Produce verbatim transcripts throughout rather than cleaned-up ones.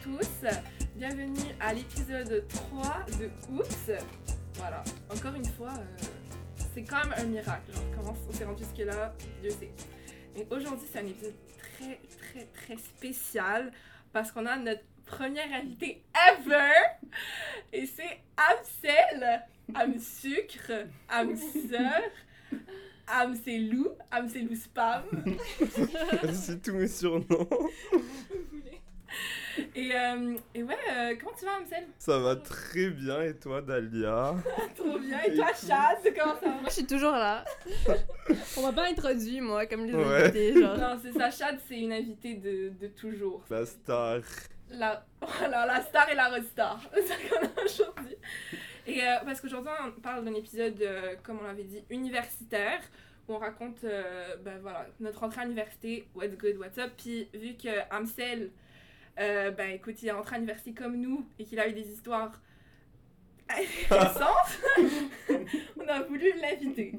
tous, bienvenue à l'épisode trois de Oups. Voilà, encore une fois, euh, c'est quand même un miracle, genre, comment on s'est rendu jusque-là, Dieu sait. Et aujourd'hui, c'est un épisode très, très, très spécial parce qu'on a notre première invitée ever et c'est Amsel, Amsucre, Amseur, Amselou, Amselou Spam. C'est tous mes surnoms. Et, euh, et ouais, euh, comment tu vas, Amsel? Ça va très bien, et toi, Dalia? Trop bien, et toi, Chad, comment ça va? Moi, je suis toujours là. On m'a pas introduit, moi, comme les Ouais. invités, genre. Non, c'est ça, Chad, c'est une invitée de, de toujours. La star. La, voilà, la star et la restar, c'est ça qu'on a aujourd'hui. Et euh, parce qu'aujourd'hui, on parle d'un épisode, euh, comme on l'avait dit, universitaire, où on raconte euh, ben, voilà, notre entrée à l'université, what's good, what's up. Puis vu que Amsel, euh, ben écoute, il est entré à l'université comme nous et qu'il a eu des histoires récentes, on a voulu l'inviter.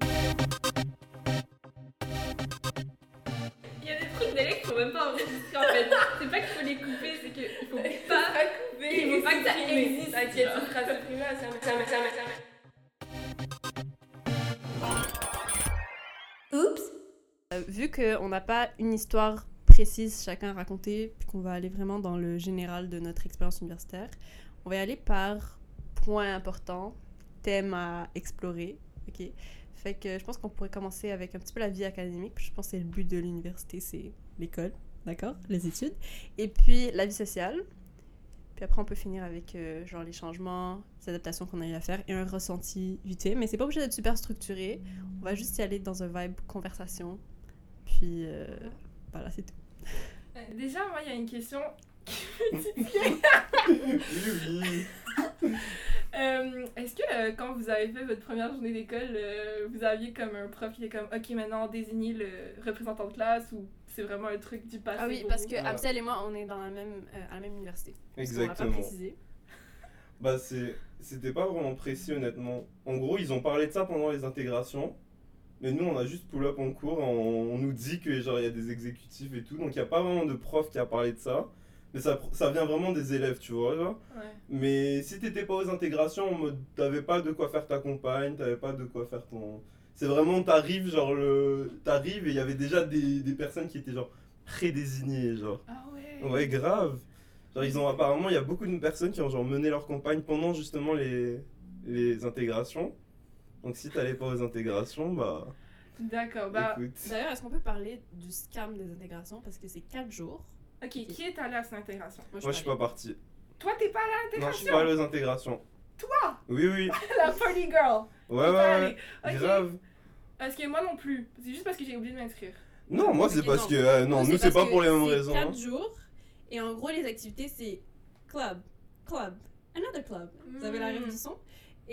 Il y a des trucs d'Alex qu'il faut même pas enregistrer en fait. C'est pas qu'il faut les couper, c'est qu'il faut pas. Il faut pas que ça existe. Ah, tu as sera supprimé, ça me ça me ça me ça me. Oups! Euh, vu qu'on n'a pas une histoire précise chacun à raconter, puis qu'on va aller vraiment dans le général de notre expérience universitaire, on va y aller par points importants, thèmes à explorer, ok? Fait que je pense qu'on pourrait commencer avec un petit peu la vie académique, puis je pense que c'est le but de l'université, c'est l'école, d'accord? Les études. Et puis la vie sociale. Puis après, on peut finir avec euh, genre les changements, les adaptations qu'on a eu à faire et un ressenti vite fait. Mais c'est pas obligé d'être super structuré. On va juste y aller dans un vibe conversation. Puis euh, voilà, c'est tout. Euh, Déjà, moi, il y a une question qui me titille. Oui, oui. Euh, Est-ce que euh, quand vous avez fait votre première journée d'école, euh, vous aviez comme un prof qui est comme ok, maintenant désignez le représentant de classe, ou c'est vraiment un truc du passé? Ah oui, pour parce vous? que Ah. Amsel et moi, on est dans la même, euh, à la même université. On l'a pas Exactement. précisé. Bah, c'est... c'était pas vraiment précis, honnêtement. En gros, ils ont parlé de ça pendant les intégrations. Mais nous, on a juste pull up en cours. On, on nous dit que genre il y a des exécutifs et tout. Donc, il n'y a pas vraiment de prof qui a parlé de ça. Mais ça, ça vient vraiment des élèves, tu vois, genre. Ouais. Mais si t'étais pas aux intégrations, en mode, t'avais pas de quoi faire ta compagne, t'avais pas de quoi faire ton... C'est vraiment, t'arrives, genre, le... t'arrives et il y avait déjà des, des personnes qui étaient, genre, prédésignées, genre. Ah ouais. Ouais, grave. Genre, ils ont, apparemment, il y a beaucoup de personnes qui ont, genre, mené leur campagne pendant, justement, les, les intégrations. Donc, si t'allais pas aux intégrations, bah... D'accord, bah. écoute... D'ailleurs, est-ce qu'on peut parler du scam des intégrations? Parce que c'est quatre jours. Ok, qui est allé à cette intégration? Moi, je suis pas parti. Toi, t'es pas allé à Non, je l'intégration? suis pas allé aux intégrations. Toi? Oui, oui. La party girl! Ouais, T'es ouais, pas ouais. allée. Ok. Grave. Parce que moi non plus. C'est juste parce que j'ai oublié de m'inscrire. Non, moi, c'est Ok, parce non. que... euh, non, nous, c'est parce pas que pour les mêmes c'est raisons. hein. quatre jours. Et en gros, les activités, c'est club, club, another club. Vous avez la rêve du son. Et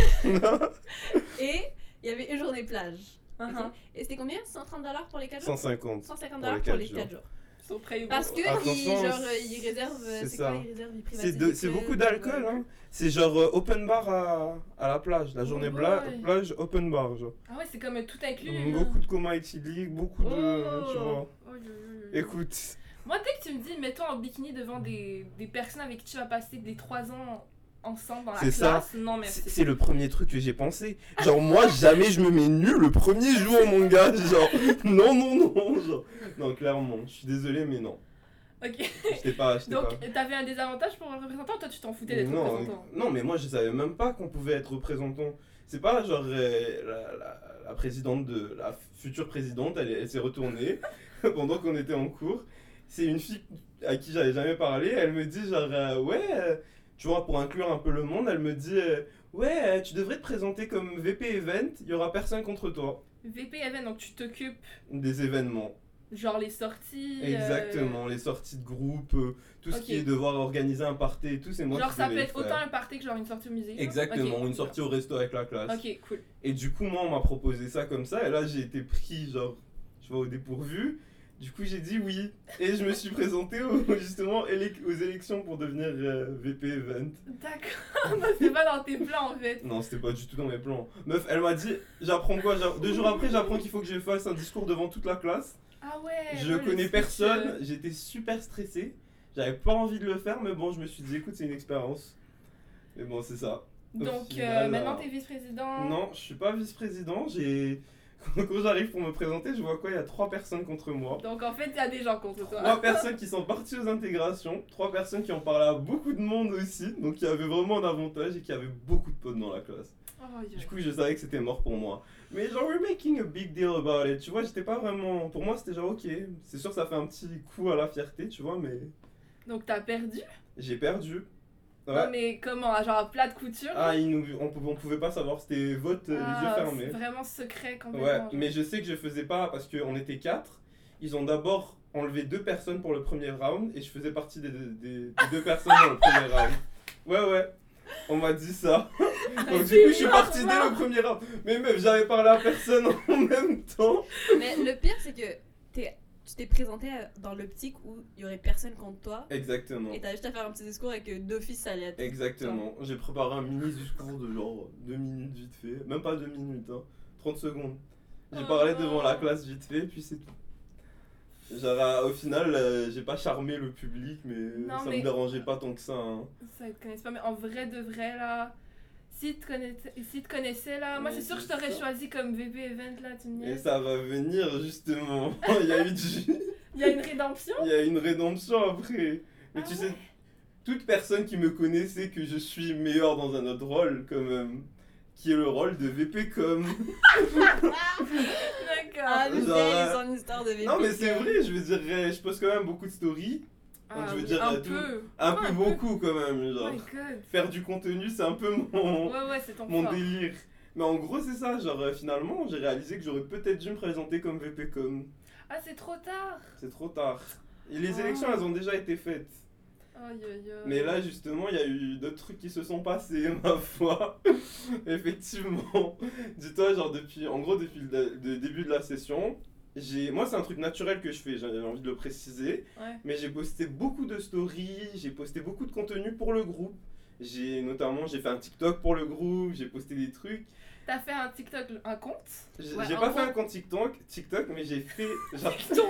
et il y avait une journée plage. Uh-huh. Ok. Et c'était combien? cent trente dollars pour les quatre jours? cent cinquante. cent cinquante pour les dollars pour quatre les jours. quatre jours. Ils sont prêts. Parce que Attention, ils, genre, euh, ils réservent. euh, c'est C'est ça. quoi? Ils réservent, ils C'est, privatisent de, les c'est clubs, beaucoup d'alcool, ouais. hein. C'est genre euh, open bar à, à la plage. La journée Oh bla- boy. plage, open bar, genre. Ah ouais, c'est comme tout inclus. Mm, là. Beaucoup de coma éthylique, beaucoup de... Oh. Tu vois. Oh, yo, yo, yo, yo. Écoute, Moi, dès que tu me dis, mets-toi en bikini devant des, des personnes avec qui tu vas passer des trois ans ensemble dans la C'est ça. classe, non merci. c'est, c'est le premier truc que j'ai pensé. Genre, moi, jamais je me mets nu le premier jour, mon gars. Genre, non, non, non. Genre. Non, clairement, je suis désolé, mais non. Ok. J'étais pas... J'étais Donc, pas... t'avais un désavantage pour un représentant ou toi tu t'en foutais d'être non, représentant? non, mais moi je savais même pas qu'on pouvait être représentant. C'est pas genre euh, la, la, la présidente de la future présidente, elle, est- elle s'est retournée pendant qu'on était en cours. C'est une fille à qui j'avais jamais parlé. Elle me dit genre euh, ouais, euh, tu vois, pour inclure un peu le monde, elle me dit euh, ouais, euh, tu devrais te présenter comme V P event. Il y aura personne contre toi. V P event, donc tu t'occupes Des événements. genre les sorties. euh, Exactement, les sorties de groupe, euh, tout ce Ok. qui est devoir organiser un party et tout, c'est moi Genre qui ça devais peut le être faire. autant un party que genre une sortie au musée. genre? Exactement, Ok. une sortie au resto avec la classe. Ok, cool. Et du coup, moi, on m'a proposé ça comme ça, et là, j'ai été pris, genre, je vois, au dépourvu. Du coup, j'ai dit oui, et je me suis présenté au- justement élec- aux élections pour devenir euh, V P Event. D'accord, non, c'est pas dans tes plans en fait. Non, c'était pas du tout dans mes plans. Meuf, elle m'a dit, j'apprends quoi J'a- Deux jours après, j'apprends qu'il faut que je fasse un discours devant toute la classe. Ah ouais. Je ouais, le connais speech, personne, euh, j'étais super stressé. J'avais pas envie de le faire, mais bon, je me suis dit, écoute, c'est une expérience. Mais bon, c'est ça. Au Donc final, euh, maintenant euh, t'es vice-président. Non, je suis pas vice-président. J'ai... Quand j'arrive pour me présenter, je vois quoi? Il y a trois personnes contre moi. Donc en fait il y a des gens contre toi. Trois personnes qui sont parties aux intégrations, trois personnes qui ont parlé à beaucoup de monde aussi, donc il y avait vraiment un avantage et qui avait beaucoup de potes dans la classe. Oh, yeah. Du coup, je savais que c'était mort pour moi. Mais genre, we're making a big deal about it, tu vois, j'étais pas vraiment... Pour moi, c'était genre, ok, c'est sûr ça fait un petit coup à la fierté, tu vois, mais... Donc t'as perdu. J'ai perdu. Ouais. Non mais comment? Genre à plat de couture? Ah, ils nous... on, pou- on pouvait pas savoir, c'était vote euh, Ah, les yeux fermés. c'est vraiment secret complètement. Ouais, genre. mais je sais que je faisais pas parce qu'on était quatre. Ils ont d'abord enlevé deux personnes pour le premier round et je faisais partie des, des- des deux personnes dans le premier round. Ouais, ouais, on m'a dit ça. Donc du c'est coup, je suis parti dès normal. le premier round. Mais meuf, j'avais parlé à personne en même temps. Mais le pire, c'est que t'es- tu t'es présenté à- dans l'optique où il y aurait personne contre toi. Exactement. Et t'as juste à faire un petit discours et que d'office ça allait être. Exactement. J'ai préparé un mini discours de genre deux minutes vite fait. Même pas deux minutes, hein. trente secondes. J'ai Oh parlé non. devant la classe vite fait, puis c'est tout. Genre, euh, au final, euh, j'ai pas charmé le public, mais Non, ça mais- me dérangeait pas tant que ça. Hein. Ça te connaissent pas, mais en vrai de vrai là, si te connaissais, si te connaissais là, moi Mais c'est sûr que je c'est t'aurais ça. choisi comme V P Event là, tu me Et niaises. ça va venir justement. Il y a eu du... Il y a une rédemption. Il y a une rédemption après. Mais Ah tu ouais. sais, toute personne qui me connaît sait que je suis meilleur dans un autre rôle, quand même. Qui est le rôle de V P Com. D'accord. Ah, Genre, vieille euh, son histoire de V P. Non, mais c'est vrai, je veux dire, euh, je poste quand même beaucoup de stories. Ah je veux oui, dire, un euh, tout- peu. Un Ouais, peu beaucoup quand même. Oh Genre, my god. faire du contenu, c'est un peu mon, Ouais, ouais, c'est ton mon fort. délire. Mais en gros, c'est ça. Genre, euh, finalement, j'ai réalisé que j'aurais peut-être dû me présenter comme V P Com. Ah, c'est trop tard. C'est trop tard. Et les Ah. élections, elles ont déjà été faites. Aïe, aïe, aïe. Mais là, justement, il y a eu d'autres trucs qui se sont passés, ma foi. Effectivement. Dis-toi, genre, depuis, en gros, depuis le, le début de la session, j'ai, moi, c'est un truc naturel que je fais, j'avais envie de le préciser. Ouais. Mais j'ai posté beaucoup de stories, j'ai posté beaucoup de contenu pour le groupe. J'ai notamment, j'ai fait un TikTok pour le groupe, j'ai posté des trucs. T'as fait un TikTok, un compte? J'ai Ouais, j'ai en pas gros- fait un compte TikTok, TikTok, mais j'ai fait. genre-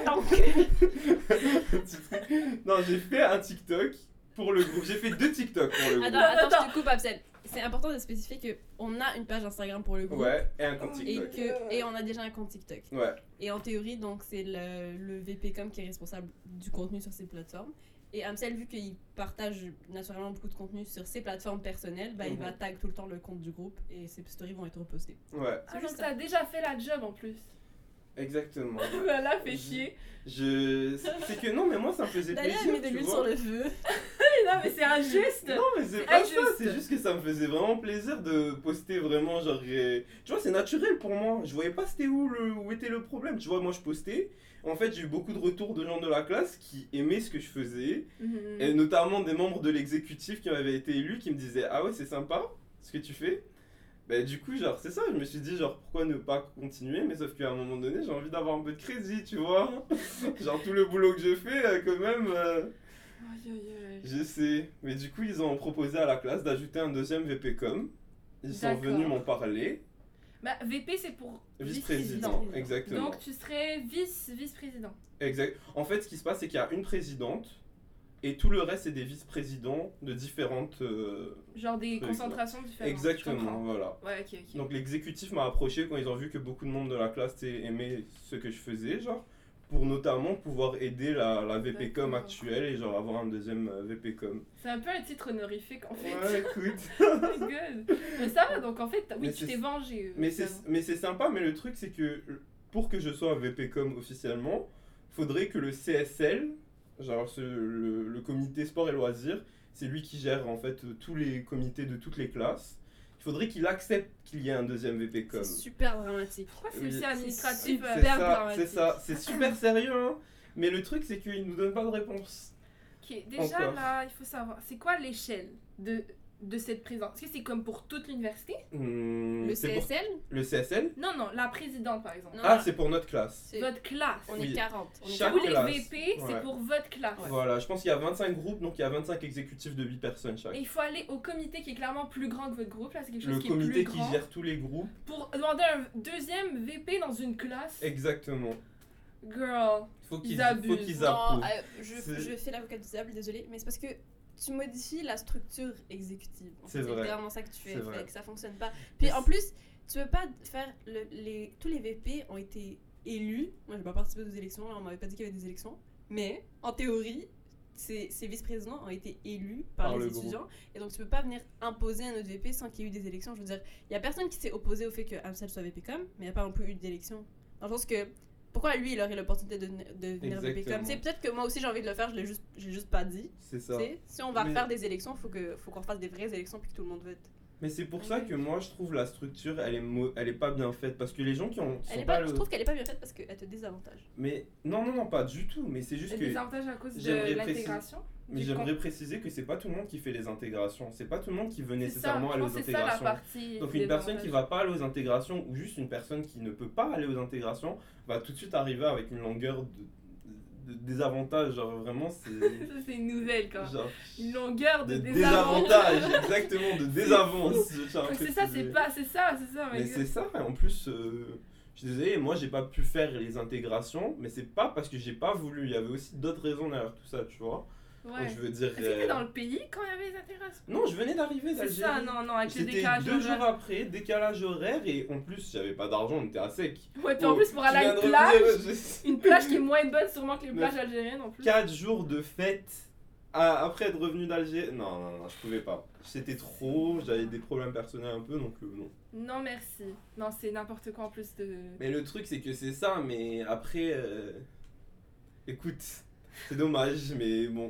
non, j'ai fait un TikTok pour le groupe. J'ai fait deux TikTok pour le groupe. Attends, attends, Attends. je te coupe, Absel. C'est important de spécifier qu'on a une page Instagram pour le groupe. Ouais, et un compte Et, TikTok. que, et on a déjà un compte TikTok. Ouais. Et en théorie, donc, c'est le, le V P Com qui est responsable du contenu sur ces plateformes. Et Amsel, vu qu'il partage naturellement beaucoup de contenu sur ses plateformes personnelles, bah, il Mhm. va tag tout le temps le compte du groupe et ses stories vont être repostées. Ouais, Ah, donc juste ça. t'as déjà fait la job en plus. exactement. Voilà, fait chier. Je... C'est que non, mais moi ça me faisait D'ailleurs, plaisir. elle met de tu l'huile vois. sur le feu. Non, mais c'est injuste. Non, mais c'est C'est pas injuste. ça, c'est juste que ça me faisait vraiment plaisir de poster vraiment genre. euh, Tu vois, c'est naturel pour moi. Je voyais pas c'était où, le... où était le problème. Tu vois, moi je postais. En fait, j'ai eu beaucoup de retours de gens de la classe qui aimaient ce que je faisais. Mhm. Et notamment des membres de l'exécutif qui m'avaient été élus qui me disaient ah ouais, c'est sympa ce que tu fais. Bah, du coup, genre, c'est ça, je me suis dit, genre, pourquoi ne pas continuer, mais sauf qu'à un moment donné, j'ai envie d'avoir un peu de crédit, tu vois. Genre, tout le boulot que je fais, euh, quand même, euh, Aïe, aïe, aïe. je sais. Mais du coup, ils ont proposé à la classe d'ajouter un deuxième V P Com. Ils sont D'accord. venus m'en parler. Bah, V P c'est pour Vice-président, vice-président. exactement. Donc tu serais vice vice-président. Exact. En fait, ce qui se passe, c'est qu'il y a une présidente, et tout le reste, c'est des vice-présidents de différentes... euh, Genre des Truc, concentrations différentes. je Exactement, comprends. voilà. Ouais, ok, ok. Donc l'exécutif m'a approché quand ils ont vu que beaucoup de membres de la classe t'sais, aimaient ce que je faisais, genre, pour notamment pouvoir aider la, la V P Com D'accord. actuelle et genre avoir un deuxième euh, V P Com. C'est un peu un titre honorifique en fait. Ouais, écoute. Oh my god. Mais ça va, donc en fait, oui, Mais tu c'est- t'es vengé. euh, mais c'est finalement. mais c'est sympa, mais le truc c'est que pour que je sois V P Com officiellement, faudrait que le C S L, genre ce- le, le comité sport et loisirs, c'est lui qui gère en fait euh, tous les comités de toutes les classes. Il faudrait qu'il accepte qu'il y ait un deuxième V P Com. C'est super dramatique. Pourquoi c'est Oui. aussi C'est administratif euh, C'est super ça, dramatique. c'est ça, c'est super sérieux, hein. Mais le truc, c'est qu'ils nous donnent pas de réponse. Ok, déjà Encore. là, il faut savoir, c'est quoi l'échelle de, de cette présence? Est-ce que c'est comme pour toute l'université? Hmm, Le c'est C pour- S L, Le C S L? Non, non, la présidente par exemple. Non. Ah, c'est pour notre classe. c'est- Votre classe. on Oui. est quarante. On est Chaque Tous quarante. les classe. V P, c'est Ouais. pour votre classe. Voilà, je pense qu'il y a vingt-cinq groupes, donc il y a vingt-cinq exécutifs de huit personnes chaque. Et il faut aller au comité qui est clairement plus grand que votre groupe, là c'est quelque chose Le qui est plus comité qui grand, gère tous les groupes. pour demander un deuxième V P dans une classe. Exactement. Girl. Faut qu'ils Ils faut abusent. qu'ils Non, approuvent. euh, je, C'est- je fais l'avocat du diable, désolé, mais c'est parce que tu modifies la structure exécutive. En C'est fait, vrai. littéralement ça que tu fais, C'est vrai. fait que ça fonctionne pas. Puis Mais en c'est- plus, tu peux pas faire le- les tous les V P ont été élus. Moi, j'ai pas participé aux élections, on m'avait pas dit qu'il y avait des élections, mais en théorie, ces, ces vice-présidents ont été élus par, Par les le groupe. étudiants, et donc tu peux pas venir imposer un autre V P sans qu'il y ait eu des élections. Je veux dire, il y a personne qui s'est opposé au fait que Amsel soit V P com, mais il y a pas non plus eu d'élections. Dans le sens que pourquoi lui il aurait l'opportunité de, de venir V P com? Exactement. C'est peut-être que moi aussi j'ai envie de le faire, je l'ai juste, j'ai juste pas dit. C'est ça. Tu sais, si on va Mais- refaire des élections, faut que, faut qu'on fasse des vraies élections puis que tout le monde vote. Mais c'est pour ça que moi je trouve la structure elle est, mo- elle est pas bien faite parce que les gens qui ont sont Elle est pas pas, le- je trouve qu'elle est pas bien faite parce qu'elle te désavantage. mais non non non pas du tout mais c'est juste que Des avantages à cause de j'aimerais l'intégration. mais du j'aimerais con- préciser que c'est pas tout le monde qui fait les intégrations, c'est pas tout le monde qui veut C'est ça, nécessairement je aller pense aux que c'est ça la intégrations. partie. Donc une personne qui va pas aller aux intégrations ou juste une personne qui ne peut pas aller aux intégrations va tout de suite arriver avec une longueur de, de désavantage, genre vraiment c'est Ça, c'est une nouvelle quand même. genre Une longueur de, de désavantage. désavantage, exactement, de désavance. je tiens à Donc c'est ça, préciser. c'est pas, c'est ça, c'est ça. Mais my c'est God. ça, et en plus, euh, je suis désolé, moi j'ai pas pu faire les intégrations, mais c'est pas parce que j'ai pas voulu, il y avait aussi d'autres raisons derrière tout ça, tu vois. Ouais. Donc je veux dire. Est-ce que t'étais euh, dans le pays quand il y avait les intégrations? Non, je venais d'arriver C'est d'Algérie. ça, non, non, avec le C'était décalage deux jours horaire. après, décalage horaire, et en plus j'avais pas d'argent, on était à sec. Ouais, puis en Oh, plus pour tu aller à viens une de plage, revenir, je- une plage qui est moins bonne sûrement que les Mais- plages algériennes en plus. quatre jours de fête à- après être revenu d'Alger. Non, non, non, je pouvais pas. C'était trop, j'avais des problèmes personnels un peu, donc euh, non. Non merci. Non, c'est n'importe quoi en plus de... Mais le truc, c'est que c'est ça, mais après. euh, Écoute, c'est dommage, mais bon.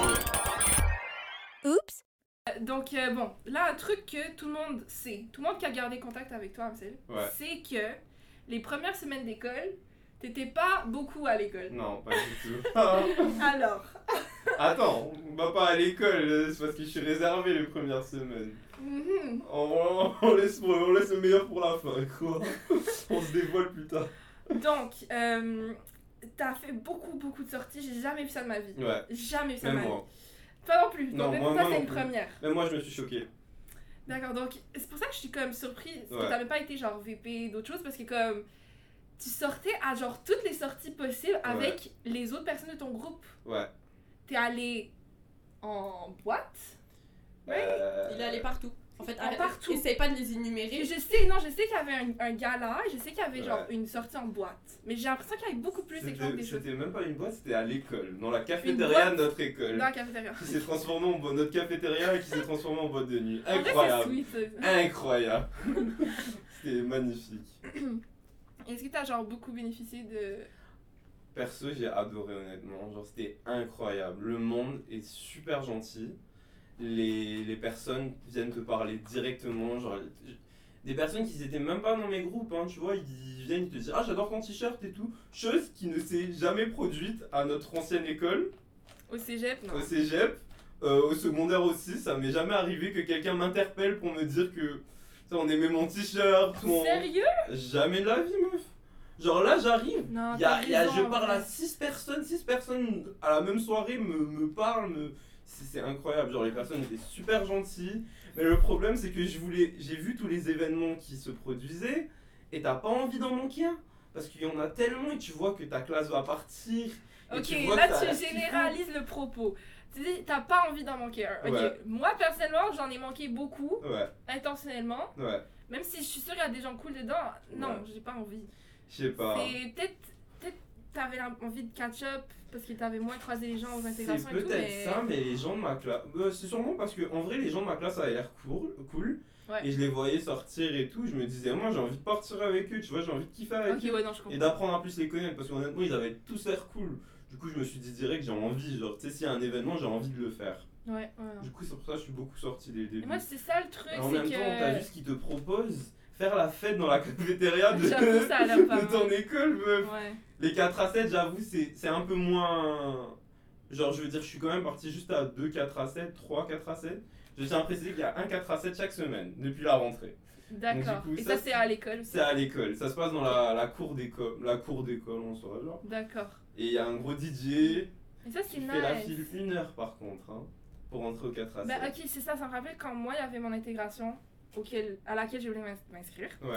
Oups. Euh, Donc euh, bon, là un truc que tout le monde sait, tout le monde qui a gardé contact avec toi, Amsel, Ouais. c'est que les premières semaines d'école, t'étais pas beaucoup à l'école. Non, pas du tout. Alors, Attends, on va pas à l'école, c'est parce que je suis réservé les premières semaines. mhm, On, on laisse, on laisse le meilleur pour la fin, quoi. On se dévoile plus tard. donc, euh, t'as fait beaucoup beaucoup de sorties, j'ai jamais vu ça de ma vie. Ouais, Jamais vu ça de même ma vie. moi. Pas non plus, Non, donc moi- pour toi moi c'est non une plus. première. Même moi, je me suis choqué. D'accord, donc c'est pour ça que je suis comme surprise que Ouais. t'as même pas été genre V P d'autres choses parce que comme tu sortais à genre toutes les sorties possibles avec les autres personnes de ton groupe. Ouais. T'es allé en boîte. Euh, Il est allé partout. En fait, En arrête- partout. essaye pas de les Et énumérer. je sais, non, je sais qu'il y avait un, un gala, et je sais qu'il y avait Ouais. genre une sortie en boîte. Mais j'ai l'impression qu'il y avait beaucoup plus d'exemples C'était des choses. c'était même pas une boîte, c'était à l'école, dans la Une cafétéria boîte de notre école. Dans la cafétéria. Qui s'est transformé en bo- notre cafétéria et qui s'est transformé en boîte de nuit. En vrai, Incroyable. c'est sweet. Incroyable. C'était magnifique. Est-ce que t'as genre beaucoup bénéficié de... Perso, j'ai adoré honnêtement. Genre, c'était incroyable. Le monde est super gentil. Les, les personnes viennent te parler directement. Genre, des personnes qui n'étaient même pas dans mes groupes, hein, tu vois, ils viennent te dire ah j'adore ton t-shirt et tout. Chose qui ne s'est jamais produite à notre ancienne école, Au cégep, non. au cégep, euh, au secondaire aussi. Ça m'est jamais arrivé que quelqu'un m'interpelle pour me dire que tu sais, on aimait mon t-shirt. ou on- Sérieux? Jamais de la vie, meuf. Genre là, j'arrive. Non, Y a, t'as y a- raison, je en parle vrai. à six personnes, six personnes à la même soirée me, me parlent, me... c'est c'est incroyable, genre les personnes étaient super gentilles, mais le problème c'est que je voulais, j'ai vu tous les événements qui se produisaient, et t'as pas envie d'en manquer un, parce qu'il y en a tellement, et tu vois que ta classe va partir, et Ok, tu vois là que ça a tu l'air kiffant. généralises le propos. Tu dis, t'as pas envie d'en manquer un. Ok, Ouais. moi personnellement, j'en ai manqué beaucoup, Ouais, intentionnellement. ouais, Même si je suis sûre qu'il y a des gens cool dedans, non, Ouais. j'ai pas envie. je sais pas. C'est peut-être, peut-être t'avais envie de catch-up parce que t'avais moins croisé les gens aux C'est intégrations et tout, peut-être mais... ça, mais les gens de ma classe. Euh, c'est sûrement parce que, en vrai, les gens de ma classe avaient l'air cool, cool. Ouais. Et je les voyais sortir et tout. Je me disais, moi j'ai envie de partir avec eux, tu vois, j'ai envie de kiffer avec Ok, eux. ouais, non, je Et comprends. d'apprendre à plus les connaître. Parce qu'honnêtement, ils avaient tous l'air cool. Du coup, je me suis dit direct, j'ai envie. Genre, tu sais, s'il y a un événement, j'ai envie de le faire. Ouais, ouais, non. Du coup, c'est pour ça que je suis beaucoup sorti dès le Et début. moi, c'est ça le truc, Et en même c'est temps, t'as vu que... ce qu'ils te proposent faire la fête dans la cafétéria de, J'avoue, ça a l'air pas de ton mal. école, meuf. Ouais. Les quatre à sept, j'avoue, c'est c'est un peu moins. Genre, je veux dire, je suis quand même parti juste à deux quatre à sept, trois quatre à sept. Je tiens à préciser qu'il y a un quatre à sept chaque semaine, depuis la rentrée. D'accord. Donc, du coup, Et ça, ça, c'est c'est- à l'école aussi. C'est à l'école, ça se passe dans la, la cour d'école, la cour d'école en soi, genre. D'accord. Et il y a un gros D J Et ça, c'est qui nice. fait la file une heure par contre, hein, pour rentrer au quatre à sept. Bah, ok, c'est ça, ça me rappelle quand moi, il y avait mon intégration auquel, à laquelle je voulais m'ins- m'inscrire. Ouais,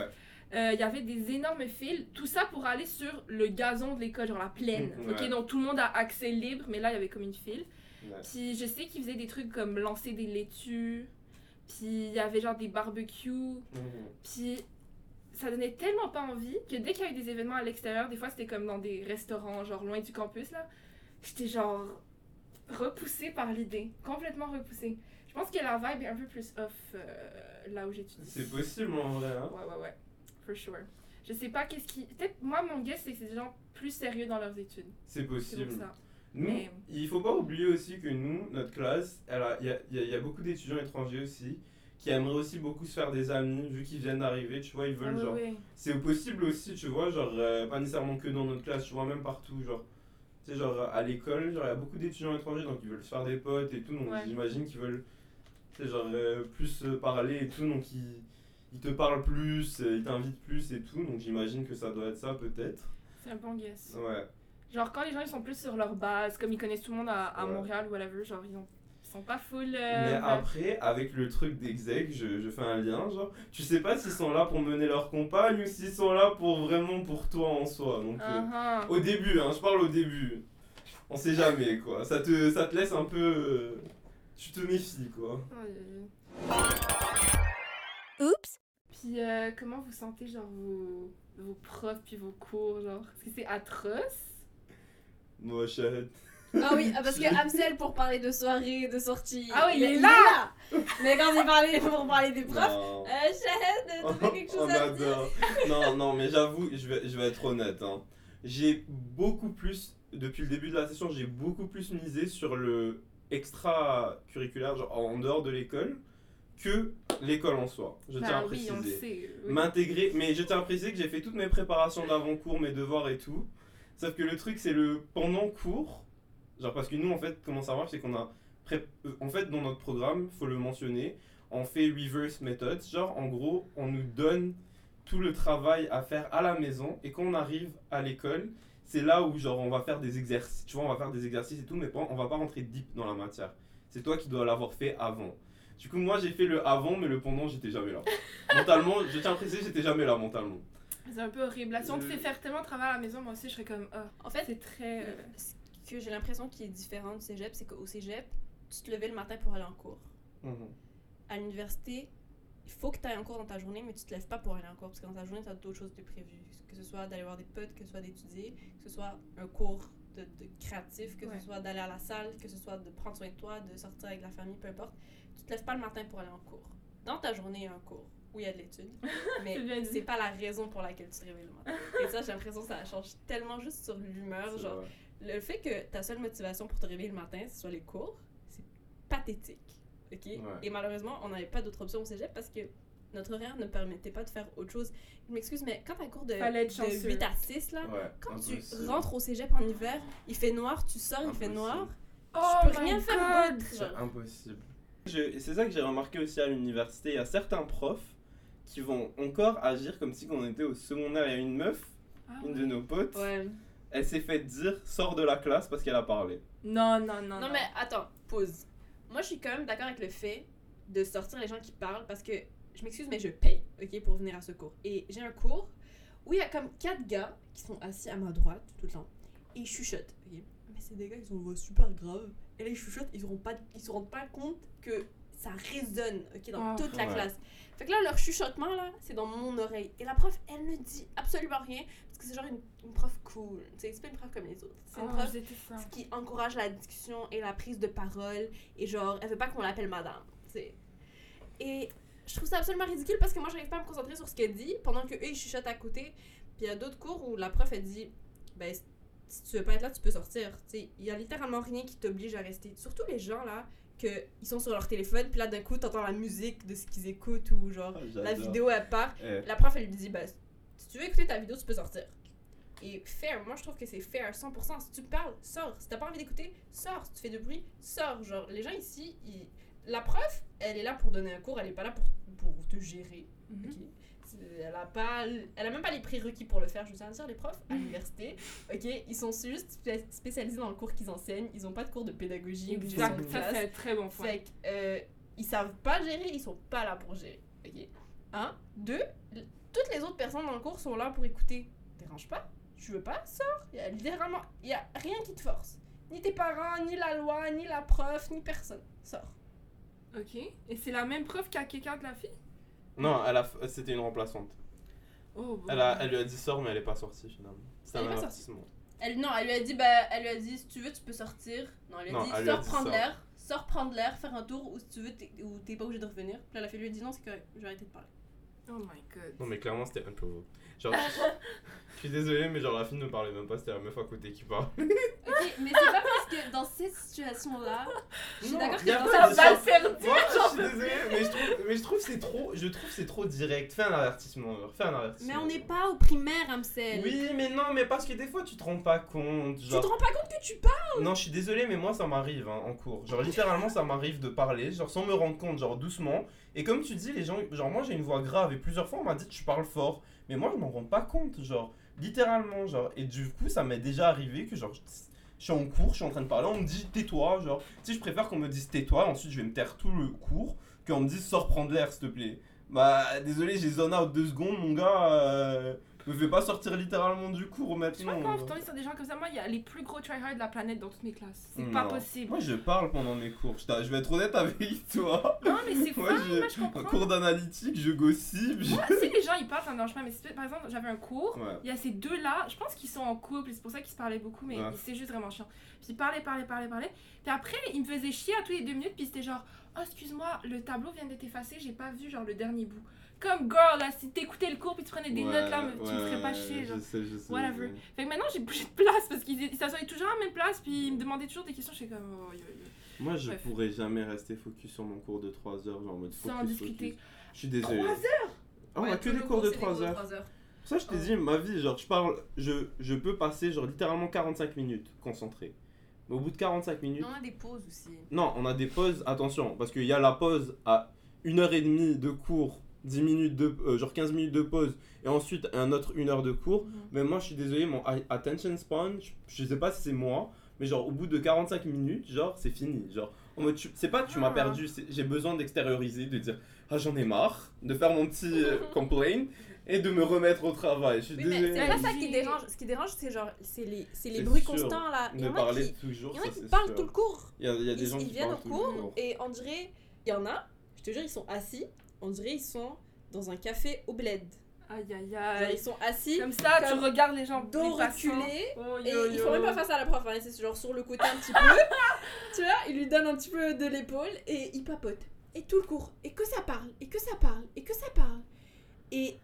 Euh, Il y avait des énormes fils, tout ça pour aller sur le gazon de l'école, genre la plaine. Ouais. Ok, donc tout le monde a accès libre, mais là il y avait comme une file. Ouais. Puis je sais qu'ils faisaient des trucs comme lancer des laitues, puis il y avait genre des barbecues, Mhm. puis ça donnait tellement pas envie que dès qu'il y a eu des événements à l'extérieur, des fois c'était comme dans des restaurants, genre loin du campus là, j'étais genre repoussée par l'idée, complètement repoussée. Je pense que la vibe est un peu plus off euh, là où j'étudie. C'est possible en vrai, hein. Ouais, ouais, ouais, for sure. Je sais pas qu'est-ce qui. Peut-être, moi, mon guess, c'est que c'est des gens plus sérieux dans leurs études. C'est C'est possible. pour ça. Nous, Mais- il faut pas oublier aussi que nous, notre classe, alors, il y a, il y a- il y a beaucoup d'étudiants étrangers aussi qui aimeraient aussi beaucoup se faire des amis vu qu'ils viennent d'arriver, tu vois, ils veulent Ah, genre. ouais, ouais. C'est possible aussi, tu vois, genre, euh, pas nécessairement que dans notre classe, tu vois, même partout, genre. Tu sais, genre, à l'école, genre, il y a beaucoup d'étudiants étrangers, donc ils veulent se faire des potes et tout, donc Ouais. j'imagine qu'ils veulent, tu sais, genre, euh, plus euh, parler et tout, donc ils, ils te parlent plus, euh, ils t'invitent plus et tout, donc j'imagine que ça doit être ça, peut-être. C'est un bon guess. Ouais. Genre, quand les gens ils sont plus sur leur base, comme ils connaissent tout le monde à, à Ouais. Montréal ou whatever, genre, ils, ont, ils sont pas full. Mais Euh, après, avec le truc d'exec, je, je fais un lien, genre, tu sais pas s'ils sont là pour mener leur compagne ou s'ils sont là pour vraiment pour toi en soi, donc... euh, uh-huh. Au début, hein, je parle au début. On sait jamais, quoi. Ça te, ça te laisse un peu... euh, tu te méfies, quoi. Oups. Puis, euh, comment vous sentez, genre, vos, vos profs puis vos cours, genre? Est-ce que c'est atroce? Moi, chat. Ah oui, ah, parce que Amsel, pour parler de soirée, de sortie. Ah oui, il est là! Mais quand il parlait pour parler des profs, Non. euh, Shahed, t'as quelque chose On à dire? adore. Non, non, mais j'avoue, je vais, je vais être honnête. Hein. J'ai beaucoup plus, depuis le début de la session, j'ai beaucoup plus misé sur le extra-curriculaire, genre en dehors de l'école, que l'école en soi. Je tiens à Ben oui, on le préciser. sait. oui. M'intégrer, mais je tiens à préciser que j'ai fait toutes mes préparations d'avant-cours, mes devoirs et tout. Sauf que le truc, c'est le pendant cours. Genre, parce que nous, en fait, comment ça marche, c'est qu'on a. pré- euh, En fait, dans notre programme, faut le mentionner, on fait reverse method. Genre, en gros, on nous donne tout le travail à faire à la maison. Et quand on arrive à l'école, c'est là où, genre, on va faire des exercices. Tu vois, on va faire des exercices et tout, mais pas- on va pas rentrer deep dans la matière. C'est toi qui dois l'avoir fait avant. Du coup, moi, j'ai fait le avant, mais le pendant, j'étais jamais là. Mentalement, je tiens à préciser, j'étais jamais là mentalement. C'est un peu horrible. Là, si on te Euh. fait faire tellement de travail à la maison, moi aussi, je serais comme. Ah, En fait, c'est très. euh, ce que j'ai l'impression qui est différent du cégep, c'est qu'au cégep, tu te levais le matin pour aller en cours. À l'université, il faut que tu ailles en cours dans ta journée, mais tu te lèves pas pour aller en cours, parce que dans ta journée, tu as d'autres choses de prévues. Que ce soit d'aller voir des potes, que ce soit d'étudier, que ce soit un cours de, de créatif, que Ouais. ce soit d'aller à la salle, que ce soit de prendre soin de toi, de sortir avec la famille, peu importe. Tu te lèves pas le matin pour aller en cours. Dans ta journée, il y a un cours où il y a de l'étude, mais C'est bien dit. c'est pas la raison pour laquelle tu te réveilles le matin. Et ça, j'ai l'impression que ça change tellement juste sur l'humeur, C'est genre... vrai. Le fait que ta seule motivation pour te réveiller le matin, ce soit les cours, c'est pathétique. Ok? Ouais. Et malheureusement, on n'avait pas d'autre option au cégep parce que notre horaire ne permettait pas de faire autre chose. Je m'excuse, mais quand t'as un cours de, Fallait être de chanceux. huit à six, là, Ouais, quand impossible. tu rentres au cégep en hiver, il fait noir, tu sors, il fait Impossible. noir, Oh tu peux my rien faire God! d'autre. C'est genre. impossible. Je- C'est ça que j'ai remarqué aussi à l'université. Il y a certains profs qui vont encore agir comme si quand on était au secondaire. Il y a une meuf, Ah une ouais. de nos potes, Ouais. elle s'est fait dire sors de la classe parce qu'elle a parlé. Non, non, non. Non, mais attends, pause. Moi, je suis quand même d'accord avec le fait de sortir les gens qui parlent parce que, je m'excuse, mais je paye, ok, pour venir à ce cours. Et j'ai un cours où il y a comme quatre gars qui sont assis à ma droite tout le temps et ils chuchotent, ok. Mais c'est des gars qui ont une voix super grave. Et là, ils chuchotent, ils se rendent pas, ils se rendent pas compte que ça résonne, ok, dans Oh. toute la Ouais. classe. Fait que là, leur chuchotement, là, c'est dans mon oreille. Et la prof, elle ne dit absolument rien parce que c'est genre une, une prof cool. Tu sais, c'est pas une prof comme les autres. C'est une Oh, prof je déteste ça. qui encourage la discussion et la prise de parole et genre elle veut pas qu'on l'appelle madame, tu sais. Et je trouve ça absolument ridicule parce que moi j'arrive pas à me concentrer sur ce qu'elle dit pendant que eux ils chuchotent à côté. Puis il y a d'autres cours où la prof elle dit ben si tu veux pas être là tu peux sortir, tu sais. Il y a littéralement rien qui t'oblige à rester. Surtout les gens là que ils sont sur leur téléphone puis là d'un coup t'entends la musique de ce qu'ils écoutent ou genre Ah, la j'adore. vidéo elle part. Eh, La prof, elle lui dit, bah, si tu veux écouter ta vidéo, tu peux sortir. Et fair, moi je trouve que c'est fair, cent pour cent. Si tu parles, sors. Si t'as pas envie d'écouter, sors. Si tu fais de bruit, sors. Genre, les gens ici, ils... la prof, elle est là pour donner un cours, elle est pas là pour, pour te gérer. Mhm. Ok? C'est- Elle a pas, elle a même pas les prérequis pour le faire. Je tiens à dire, les profs à l'université, ok, ils sont juste spé- spécialisés dans le cours qu'ils enseignent. Ils ont pas de cours de pédagogie ou de gestion Exact, de ça classe. c'est un très bon point. Fait que, euh, ils savent pas gérer, ils sont pas là pour gérer. Ok? Un. Deux. l- Toutes les autres personnes dans le cours sont là pour écouter. Dérange pas. Tu veux pas? Sors. Il y a littéralement, il y a rien qui te force. Ni tes parents, ni la loi, ni la prof, ni personne. Sors. Ok. Et c'est la même prof qu'à quelqu'un de la fille? Non, elle a... c'était une remplaçante. Oh, bon. Elle, a... elle lui a dit sors, mais elle est pas sortie finalement. C'était Elle est un pas avertissement. Elle, non, elle lui a dit, bah, elle lui a dit, si tu veux, tu peux sortir. Non, elle lui a Non, dit, elle lui a sors dit, prendre sors. l'air, sors prendre l'air, faire un tour, ou si tu veux, t'es, ou t'es pas obligé de revenir. Puis là, la fille lui a dit, non, c'est correct, je vais arrêter de parler. Oh my god. Non, mais clairement, c'était unprovoked. Genre, je suis désolé, mais genre la fille ne parlait même pas, c'était la meuf à côté qui parlait. Ok, mais c'est pas parce que dans cette situation-là, je suis Non, d'accord que y a dans pas cette de va le chance. faire dire. Moi, je suis désolé, mais je trouve, mais je trouve c'est trop, je trouve c'est trop direct. Fais un avertissement, fais un avertissement. Mais on n'est pas au primaire, Amsel. Oui, mais non, mais parce que des fois tu te rends pas compte. Tu Genre... te rends pas compte que tu parles? Non, je suis désolé, mais moi ça m'arrive hein, en cours. Genre littéralement ça m'arrive de parler, genre sans me rendre compte, genre doucement. Et comme tu dis, les gens, genre moi j'ai une voix grave et plusieurs fois on m'a dit que tu parles fort, mais moi je m'en rends pas compte, genre littéralement, genre. Et du coup ça m'est déjà arrivé que genre je, je suis en cours, je suis en train de parler, on me dit tais-toi, genre. Tu sais, je préfère qu'on me dise tais-toi, ensuite je vais me taire tout le cours, qu'on me dise sors prendre l'air s'il te plaît. Bah désolé, j'ai zone out deux secondes, mon gars. Euh... Me fais pas sortir littéralement du cours Je sais pas maintenant. comment vous tombez sur des gens comme ça. Moi, il y a les plus gros tryhards de la planète dans toutes mes classes. C'est Non. pas possible. Moi je parle pendant mes cours, je, t'a- je vais être honnête avec toi. Non, mais c'est Moi, fun, j'ai moi je un comprends. cours d'analytique, je gossip. je- Moi, si les gens ils parlent, ça me dérange pas. Mais c'est- par exemple, j'avais un cours. Ouais. Il y a ces deux-là, je pense qu'ils sont en couple, et c'est pour ça qu'ils se parlaient beaucoup, mais Ouais. c'est juste vraiment chiant. Puis ils parlaient, parlaient, parlaient, parlaient. Puis après, ils me faisaient chier à tous les deux minutes, puis c'était genre, oh, excuse-moi, le tableau vient d'être effacé, j'ai pas vu genre le dernier bout. Comme girl, là, si t'écoutais le cours, puis tu prenais des Ouais, notes là, me- tu me ouais, ferais pas ouais, chier, genre. Je sais, je sais. Whatever. je sais. Fait que maintenant, j'ai bougé de place parce qu'ils ils s'asseyaient toujours à la même place, puis ils me demandaient toujours des questions, je suis comme, oh, yo, yo. Moi je Bref. pourrais jamais rester focus sur mon cours de trois heures, genre en mode focus. Sans discuter. focus. Je suis désolé. trois heures Ah, on a que des cours de trois heures. Pour ça, je t'ai Oh. dit, ma vie, genre, je parle, je, je peux passer, genre, littéralement quarante-cinq minutes concentré. Mais au bout de quarante-cinq minutes. On a des pauses aussi. Non, on a des pauses, attention, parce qu'il y a la pause à une heure et demie de cours, dix minutes de, euh, genre quinze minutes de pause, et ensuite un autre une heure de cours. Mhm. Mais moi, je suis désolé, mon a- attention span, je, je sais pas si c'est moi, mais genre, au bout de quarante-cinq minutes, genre, c'est fini. Genre, en mode, tu- c'est pas que tu m'as Ah. perdu, c'est- j'ai besoin d'extérioriser, de dire, ah, j'en ai marre, de faire mon petit euh, complaint, et de me remettre au travail. Je suis Oui, mais désolé. c'est pas ça J'ai- qui dérange. Ce qui dérange, c'est genre, c'est les, c'est les C'est bruits sûr. constants là. Il y De en a parler qui, toujours, il y en a ça, qui c'est parlent sûr. tout le cours. Il y a, il y a des Ils, gens ils qui viennent parlent au tout cours le cours. et on dirait, il y en a, je te jure, ils sont assis, on dirait ils sont dans un café au bled. Aïe aïe Genre, aïe. ils sont assis, Comme ça, comme tu regardes les gens, dos les passants. reculé, Oh, et yo, ils yo. font même pas face à la prof, hein, c'est genre sur le côté un petit peu. Tu vois, ils lui donnent un petit peu de l'épaule et ils papotent. Et tout le cours, et que ça parle, et que ça parle, et que ça parle. Et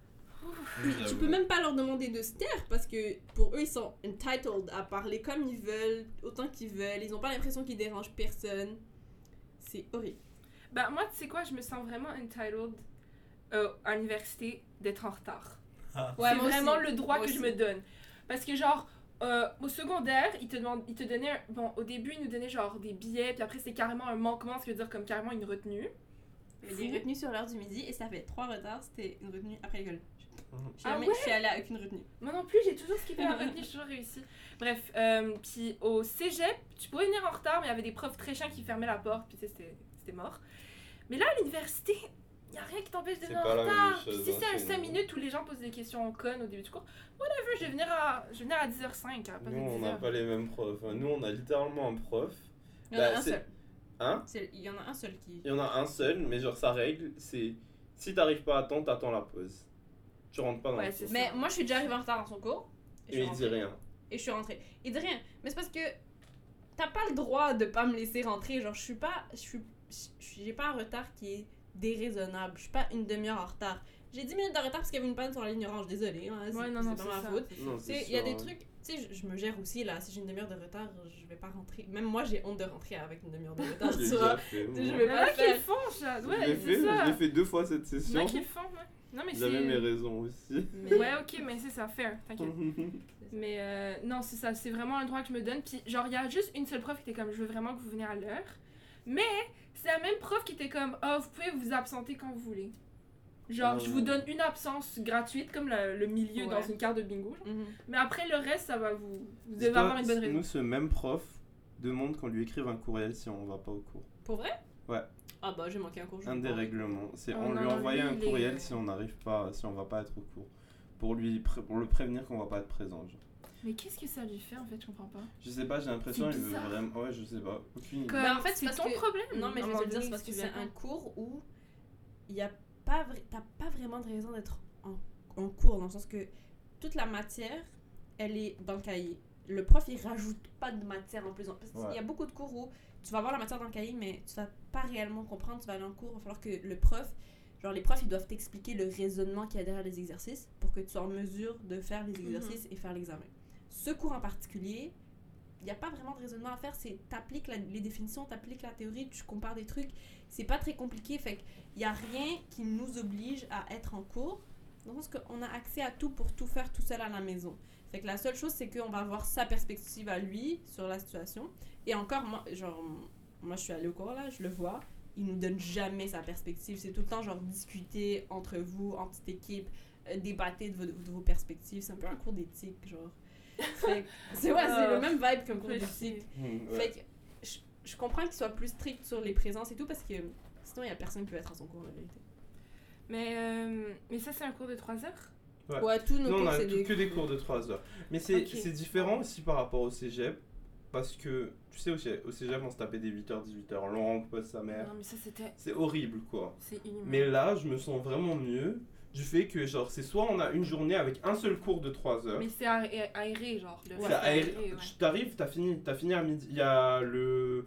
puis, tu peux même pas leur demander de se taire parce que pour eux, ils sont entitled à parler comme ils veulent, autant qu'ils veulent. Ils ont pas l'impression qu'ils dérangent personne. C'est horrible. Bah, moi, tu sais quoi, je me sens vraiment entitled euh, à l'université d'être en retard. Ouais, c'est moi vraiment aussi. le droit Moi que je aussi. me donne. Parce que, genre, euh, au secondaire, ils te, demandent, ils te donnaient. un- Bon, au début, ils nous donnaient genre des billets, puis après, c'est carrément un manquement, ce qui veut dire comme carrément une retenue. Il y a des retenues sur l'heure du midi et ça fait trois retards. C'était une retenue après l'école. Je suis Ah jamais- ouais? je suis allée avec une retenue. Moi non plus, j'ai toujours skippé la retenue, j'ai toujours réussi. Bref, euh, puis au cégep, tu pouvais venir en retard, mais il y avait des profs très chiants qui fermaient la porte, puis tu sais, c'était c'était mort. Mais là, à l'université, il n'y a rien qui t'empêche de C'est venir pas en la même retard. chose, Puis si hein, c'est un c'est cinq une- minutes où les gens posent des questions en conne au début du cours, whatever, je vais venir à, je vais venir à dix heures cinq, à pas Nous, on dix n'a heures. pas les mêmes profs. Hein. Nous, on a littéralement un prof. Il y en a Bah, un c'est- seul. Hein C'est- Il y en a un seul qui. Il y en a un seul, mais genre sa règle, c'est si t'arrives pas à temps, t'attends la pause. Tu rentres pas dans Ouais, le c'est cours. ça. Mais moi, je suis déjà arrivée en retard dans son cours. Et je Et suis il dit rentrée. rien. Et je suis rentrée. Il dit rien. Mais c'est parce que t'as pas le droit de pas me laisser rentrer. Genre, je suis pas. Je suis. je suis- J'ai pas un retard qui est déraisonnable. Je suis pas une demi-heure en retard. J'ai dix minutes de retard parce qu'il y avait une panne sur la ligne orange. Désolée. Hein, c'est Ouais, non, c'est non, pas c'est ma ça. faute. c'est ça. Non, Tu sais, c'est il y a sûr, des hein. trucs. Tu sais, je, je me gère aussi là. Si j'ai une demi-heure de retard, je vais pas rentrer. Même moi, j'ai honte de rentrer avec une demi-heure de retard. Je l'ai tu déjà vois. fait, Je moi. vais Il y en pas a le qui le faire. font, ça. Je Ouais, l'ai c'est fait, ça. je l'ai fait deux fois cette Il y en session. a qui le font, ouais. Non, mais J'avais mes c'est. raisons aussi. Mais- Ouais, ok, mais c'est ça, fair, t'inquiète. Mais euh, non, c'est ça, c'est vraiment un droit que je me donne. Puis genre, il y a juste une seule prof qui était comme, je veux vraiment que vous veniez à l'heure. Mais c'est la même prof qui était comme, oh, vous pouvez vous absenter quand vous voulez. Genre, Ah je ouais. vous donne une absence gratuite, comme le, le milieu Ouais. dans une carte de bingo. genre. Mhm. Mais après, le reste, ça va vous. Vous devez Dis-toi, avoir une bonne raison. Nous, ce même prof demande qu'on lui écrive un courriel si on va pas au cours. Pour vrai? Ah bah j'ai manqué un cours. je Un vais des pas. règlements. C'est Oh on non, lui envoyait lui, un il courriel est- si on n'arrive pas, si on va pas être au cours. Pour, lui, pré- pour le prévenir qu'on va pas être présent. Genre. Mais qu'est-ce que ça lui fait en fait? Je comprends pas. Je sais pas, j'ai l'impression C'est qu'il veut bizarre. vraiment. Ouais, je sais pas. Aucune idée. Comme, Bah, en fait, c'est c'est parce ton que- problème. Non, mais à je un vais te moment le dire, donné, c'est parce si que tu c'est viens un pas. cours où il y a pas vra- t'as pas vraiment de raison d'être en, en cours, dans le sens que toute la matière, elle est dans le cahier. Le prof, il rajoute pas de matière en plus. Parce qu'il Ouais. y a beaucoup de cours où tu vas avoir la matière dans le cahier, mais tu vas pas réellement comprendre. Tu vas aller en cours, il va falloir que le prof, genre les profs, ils doivent t'expliquer le raisonnement qu'il y a derrière les exercices pour que tu sois en mesure de faire les exercices et faire l'examen. Ce cours en particulier, il n'y a pas vraiment de raisonnement à faire, c'est t'appliques la- les définitions, t'appliques la théorie, tu compares des trucs, c'est pas très compliqué, fait qu'il n'y a rien qui nous oblige à être en cours, dans le sens qu'on a accès à tout pour tout faire tout seul à la maison. Fait que la seule chose, c'est qu'on va avoir sa perspective à lui sur la situation, et encore, moi, genre, moi je suis allée au cours là, je le vois, il nous donne jamais sa perspective, c'est tout le temps genre discuter entre vous, en petite équipe, euh, débattre de, vos- de vos perspectives, c'est un peu un cours d'éthique, genre. Fait que c'est ouais, c'est le même vibe qu'un cours Ouais, d'éthique. Mmh, ouais. Fait que je, je comprends qu'il soit plus strict sur les présences et tout parce que sinon il y a personne qui peut être à son cours en vérité. Mais, euh, mais ça, c'est un cours de trois heures? Ouais. Ouais, tous nos Nous, on cours a c'est tout- des que des cours de trois heures. Mais c'est Ok. c'est différent aussi par rapport au cégep. Parce que, tu sais, au cé- au cégep, on se tapait des huit heures, dix-huit heures longues, poste sa mère. Non, mais ça, c'était. C'est horrible, quoi. C'est inhumain. Mais là, je me sens vraiment mieux du fait que, genre, c'est soit on a une journée avec un seul cours de trois heures. Mais c'est aéré, aéré, genre. Le C'est reste, c'est aéré. aéré, ouais. Tu t'arrives, t'as fini, t'as fini à midi. Il y a le.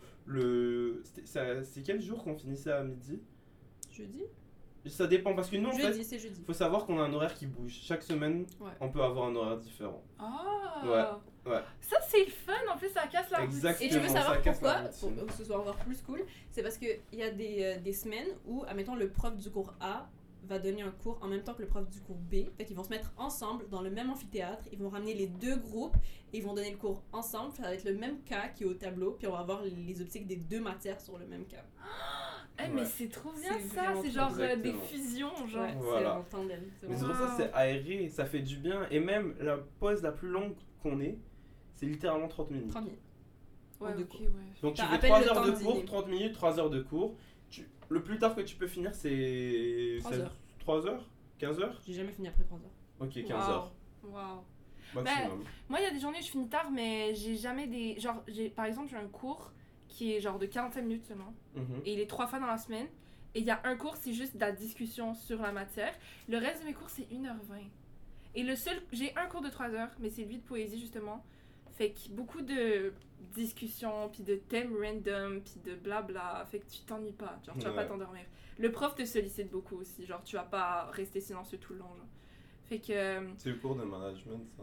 le c'était- ça- C'est quel jour qu'on finissait à midi? jeudi. Ça dépend, parce que nous, en fait, Jeudi, c'est jeudi. faut savoir qu'on a un horaire qui bouge. Chaque semaine, Ouais. on peut avoir un horaire différent. Ah! Ouais, ouais. Ça, c'est le fun, en plus, ça casse la Exactement. Et tu veux ça savoir casse la pourquoi, routine. pour que ce soit encore plus cool, c'est parce qu'il y a des, euh, des semaines où, admettons, le prof du cours A va donner un cours en même temps que le prof du cours B. Fait qu'ils vont se mettre ensemble dans le même amphithéâtre, ils vont ramener les deux groupes et ils vont donner le cours ensemble. Ça va être le même cas qui est au tableau, puis on va avoir les optiques des deux matières sur le même cas. Eh, mais Ouais. c'est trop bien C'est ça! vraiment C'est trop genre euh, des exactement. fusions, genre. Ouais, Voilà. c'est en tandem. C'est Mais c'est vraiment- pour ça que c'est aéré, ça fait du bien. Et même la pause la plus longue qu'on ait, c'est littéralement trente minutes. trente minutes. Ouais, en deux ok, cours. ouais. Donc tu T'as fais à peine trois le heures temps de de cours, dîner. trente minutes, trois heures de cours. Tu... Le plus tard que tu peux finir, c'est. Trois c'est- heures. trois heures quinze heures J'ai jamais fini après trois heures. Ok, quinze Waouh. heures Waouh. maximum. Moi, il y a des journées où je finis tard, mais j'ai jamais des. Genre, j'ai par exemple, j'ai un cours qui est genre de quarante-cinq minutes seulement. Mhm. Et il est trois fois dans la semaine. Et il y a un cours, c'est juste de la discussion sur la matière. Le reste de mes cours, c'est une heure vingt. Et le seul. J'ai un cours de trois heures, mais c'est lui de poésie justement. Fait que beaucoup de discussions, puis de thèmes random, puis de blabla. Fait que tu t'ennuies pas. Genre, tu vas pas Ouais. t'endormir. Le prof te sollicite beaucoup aussi. Genre, tu vas pas rester silencieux tout le long. Genre. Fait que. euh, C'est le cours de management, ça.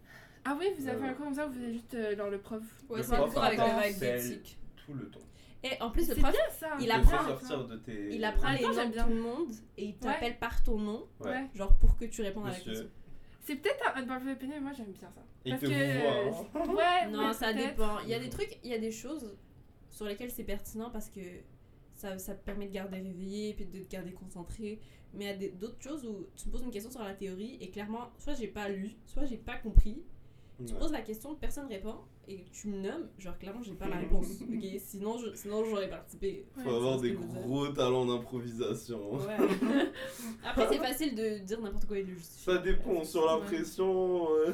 Ah oui, vous avez Ouais. un cours comme ça, vous avez juste euh, dans le prof. Ouais, Le c'est un prof cours avec le apprend vague celle- d'éthique. Tout le temps. Et en plus, C'est le prof, bien ça! il Il te apprend- fait sortir de tes. il apprend En les même temps, noms j'aime de bien. tout le monde et il t'appelle par ton nom, Ouais. Ouais. genre pour que tu répondes à la Monsieur. question. C'est peut-être un unpopular opinion, mais moi j'aime bien ça. Il Parce te que. vous voit. hein. Ouais, Non, ouais, ça peut-être. dépend. Il y a des trucs, il y a des choses sur lesquelles c'est pertinent parce que ça, ça te permet de garder réveillé puis de te garder concentré. Mais il y a des- d'autres choses où tu me poses une question sur la théorie et clairement, soit j'ai pas lu, soit j'ai pas compris. Tu Ouais. poses la question, personne répond et tu me nommes, genre clairement j'ai pas la réponse. Ok, sinon je- sinon j'aurais participé. Faut Ouais, avoir c'est ce des que je veux dire. gros talents d'improvisation. Ouais. Après c'est facile de dire n'importe quoi et de le justifier. Ça dépend, sur la Ouais. pression. euh,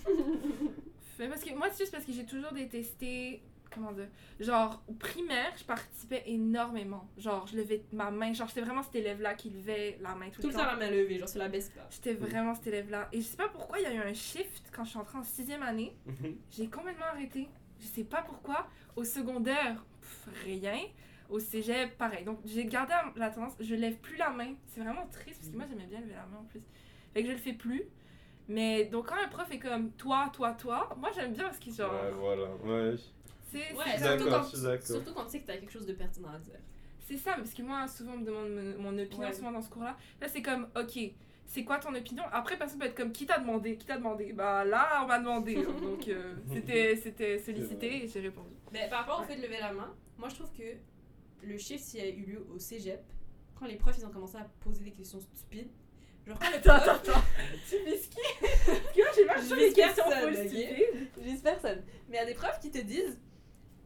Mais parce que moi, c'est juste parce que j'ai toujours détesté. Comment dire? Genre, au primaire, je participais énormément. Genre, je levais ma main. Genre, j'étais vraiment cet élève-là qui levait la main tout, Tout le temps la main levée, genre c'est la baisse pas. J'étais vraiment cet élève-là. Et je sais pas pourquoi, il y a eu un shift quand je suis entrée en sixième année. J'ai complètement arrêté. Je sais pas pourquoi. Au secondaire, pff, rien. Au cégep, pareil. Donc, j'ai gardé la tendance, je lève plus la main. C'est vraiment triste parce que moi, j'aimais bien lever la main en plus. Fait que je le fais plus. Mais donc, quand un prof est comme toi, toi, toi, moi, j'aime bien parce qu'il genre. Ouais, voilà. Ouais. C'est Ouais, c'est D'accord, surtout, quand, je suis d'accord. surtout quand tu sais que t'as quelque chose de pertinent à dire. c'est ça, parce que moi, souvent, on me demande mon, mon opinion Ouais. souvent dans ce cours-là. Là, c'est comme, ok, c'est quoi ton opinion? Après, personne peut être comme, qui t'a demandé? Qui t'a demandé? Bah là, on m'a demandé. hein. Donc, euh, c'était c'était sollicité et j'ai répondu. Mais par rapport au fait de lever la main, moi je trouve que le shift s'il y a eu lieu au cégep, quand les profs ils ont commencé à poser des questions stupides, genre quand le Attends, prof... attends, attends. Tu biscuits? Parce que moi, j'ai pas Je choisi les vise questions personne, full ok? stupides. Je vise personne. Mais il y a des profs qui te disent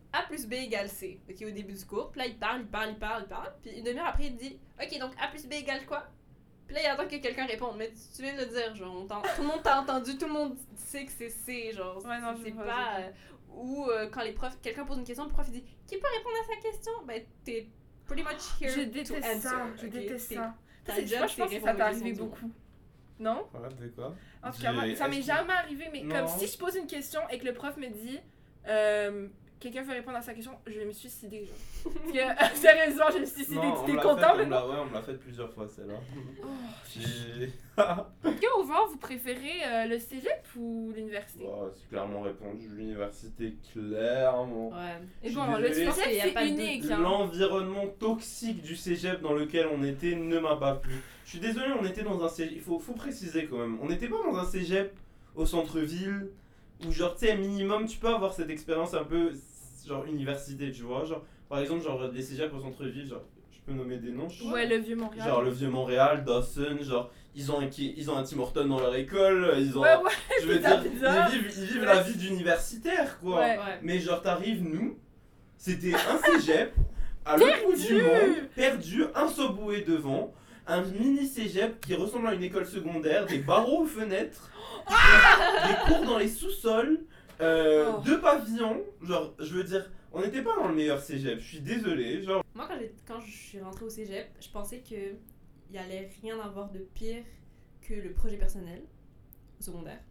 A plus B égale C, ok, au début du cours. Puis là, il parle, il parle, il parle, il parle. Puis une demi-heure après, il dit, ok, donc A plus B égale quoi? Puis là, il attend que quelqu'un réponde. Mais tu viens de le dire, genre, on tout le monde t'a entendu, tout le monde sait que c'est C, genre. Ouais, non, c'est je pas. vois, euh, ou euh, quand les profs, quelqu'un pose une question, le prof il dit, qui peut répondre à sa question? Ben, t'es pretty much here Je to déteste answer. ça, je ok? déteste T'es- ça. ta C'est- job, moi, je c'est pense que ça répondre t'est aux arrivé questions du beaucoup. Non? Voilà, de quoi? En tout cas, moi, J'ai- ça m'est est-ce jamais arrivé, mais Non. comme si je pose une question et que le prof me dit euh, quelqu'un veut répondre à sa question, je vais me suicider, genre. Parce que, sérieusement, je vais me suicider, Non, tu on t'es me l'a content fait, on me maintenant? l'a- ouais, on me l'a fait plusieurs fois celle-là. Oh, J'ai- Est-ce que, au fond, vous préférez euh, le cégep ou l'université? Oh, c'est clairement répondu, l'université, clairement. Ouais. Et Je bon, suis le désolé. Je pense qu'il y a cégep, pas c'est de- unique, hein. L'environnement toxique du cégep dans lequel on était ne m'a pas plu. Je suis désolé, on était dans un cégep, il faut, faut préciser quand même, on n'était pas dans un cégep au centre-ville où genre tu sais minimum tu peux avoir cette expérience un peu genre université, tu vois, genre par exemple genre des cégeps au centre-ville, genre je peux nommer des noms, je Ouais, le vieux Montréal. genre le vieux Montréal, Dawson, genre ils ont un, qui- ils ont un Tim Horton dans leur école, ils ont Ouais, ouais, je veux pizza, dire pizza. ils vivent, ils vivent Ouais. la vie d'universitaire quoi. Ouais. Ouais. Mais genre t'arrives nous, c'était un cégep à l'autre bout du monde, perdu, un subway devant, un mini cégep qui ressemble à une école secondaire, des barreaux aux fenêtres, des, des cours dans les sous-sols, euh, Oh. deux pavillons, genre je veux dire, on n'était pas dans le meilleur cégep, je suis désolé, genre. Moi, quand, j'ai- quand je suis rentrée au cégep, je pensais qu'il y allait rien avoir de pire que le projet personnel au secondaire.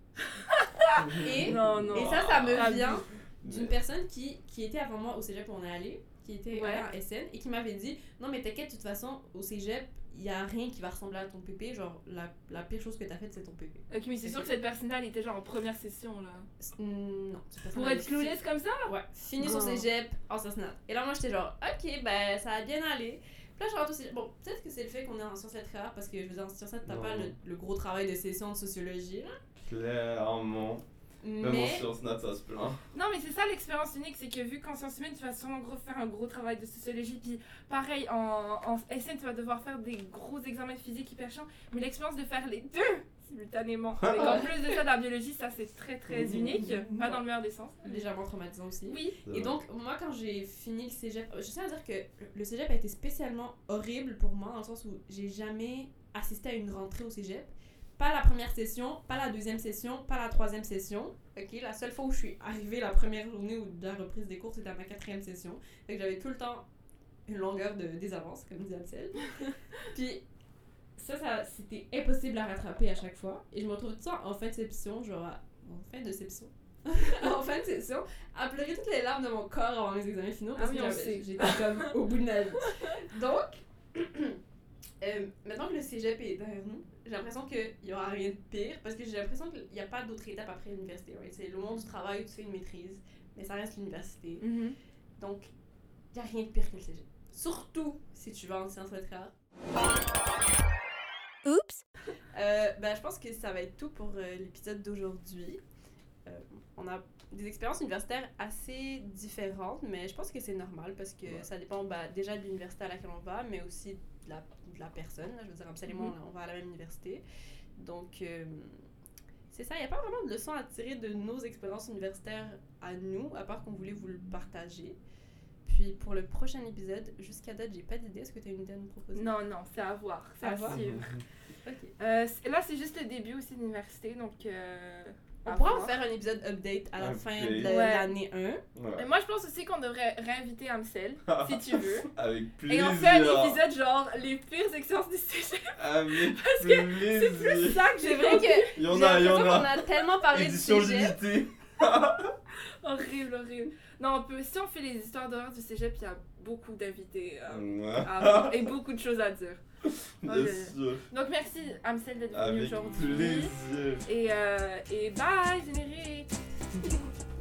et, Non, non. et ça, ça me Ah, vient Mais- d'une personne qui, qui était avant moi au cégep où on est allé, qui était Ouais. allée en S N et qui m'avait dit non, mais t'inquiète, de toute façon, au cégep, il n'y a rien qui va ressembler à ton P P. Genre, la, la pire chose que t'as faite, c'est ton P P. Ok, mais c'est sûr Ok. que cette personne-là, elle était genre en première session, là. C'est- mm, non, c'est pas ça. Pour Elle être est- clueless comme ça? Ouais, fini son Oh. cégep en Sassenat. Et là, moi, j'étais genre, ok, ben, ça a bien allé. Puis là, je rentre au cégep. Bon, peut-être que c'est le fait qu'on est en sciences lettres rares, parce que je veux dire, en sciences lettres, t'as Non. pas le, le gros travail de session de sociologie, là. Clairement. Même en Mais. sciences nat, ça se plaint. Non, mais c'est ça l'expérience unique, c'est que vu qu'en sciences humaines, tu vas sûrement gros faire un gros travail de sociologie, puis pareil, en, en S N, tu vas devoir faire des gros examens de physique hyper chiants, mais l'expérience de faire les deux simultanément, avec en plus de ça de la biologie, ça c'est très très unique, pas dans le meilleur des sens. Légèrement traumatisant aussi. Oui, Et donc, moi, quand j'ai fini le cégep, je tiens à dire que le cégep a été spécialement horrible pour moi, dans le sens où j'ai jamais assisté à une rentrée au cégep. Pas la première session, pas la deuxième session, pas la troisième session. Ok, la seule fois où je suis arrivée la première journée ou de la reprise des cours, c'était à ma quatrième session. Fait que j'avais tout le temps une longueur de désavance, comme dit Ansel. Puis ça, ça c'était impossible à rattraper à chaque fois. Et je me retrouve tout ça en fin de session, genre à- en fin de session. en fin de session, à pleurer toutes les larmes de mon corps avant mes examens finaux parce Ah oui, que on j'avais- sait. j'étais comme au bout de ma vie. Donc, euh, maintenant que le cégep est derrière nous, j'ai l'impression qu'il n'y aura rien de pire parce que j'ai l'impression qu'il n'y a pas d'autre étape après l'université. Right? C'est le monde du travail où tu fais une maîtrise, mais ça reste l'université. Donc, il n'y a rien de pire que le cégep. Surtout si tu vas en sciences lettres rares. Oups! Euh, ben, je pense que ça va être tout pour euh, l'épisode d'aujourd'hui. Euh, on a des expériences universitaires assez différentes, mais je pense que c'est normal parce que Ouais. ça dépend bah, déjà de l'université à laquelle on va, mais aussi de la, de la personne. Là. Je veux dire, absolument, Mhm. on, on va à la même université. Donc, euh, c'est ça. Il n'y a pas vraiment de leçon à tirer de nos expériences universitaires à nous, à part qu'on voulait vous le partager. Puis pour le prochain épisode, jusqu'à date, j'ai pas d'idée. Est-ce que tu as une idée à nous proposer? Non, non, c'est à voir, c'est À à voir. suivre. Ok. Euh, c'est- là, c'est juste le début aussi de l'université, donc. Euh, On à pourra voir. vous faire un épisode update à la Update. fin de Ouais. l'année un. Ouais. Mais moi, je pense aussi qu'on devrait réinviter Amsel, si tu veux. Avec Et plaisir. on fait un épisode genre les pires expériences du cégep. Avec C'est plaisir. plus ça que j'ai C'est vrai vrai que Il y en j'ai a, il y l'impression en qu'on a. a tellement parlé Édition du cégep. limitée. Horrible, horrible. Non, on peut, si on fait les histoires d'horreur du cégep, il y a beaucoup d'invités euh, Ouais. à voir et beaucoup de choses à dire. Bien Ok. sûr. Donc merci Amsel d'être venu Avec aujourd'hui. plaisir. Et, euh, et bye, générique!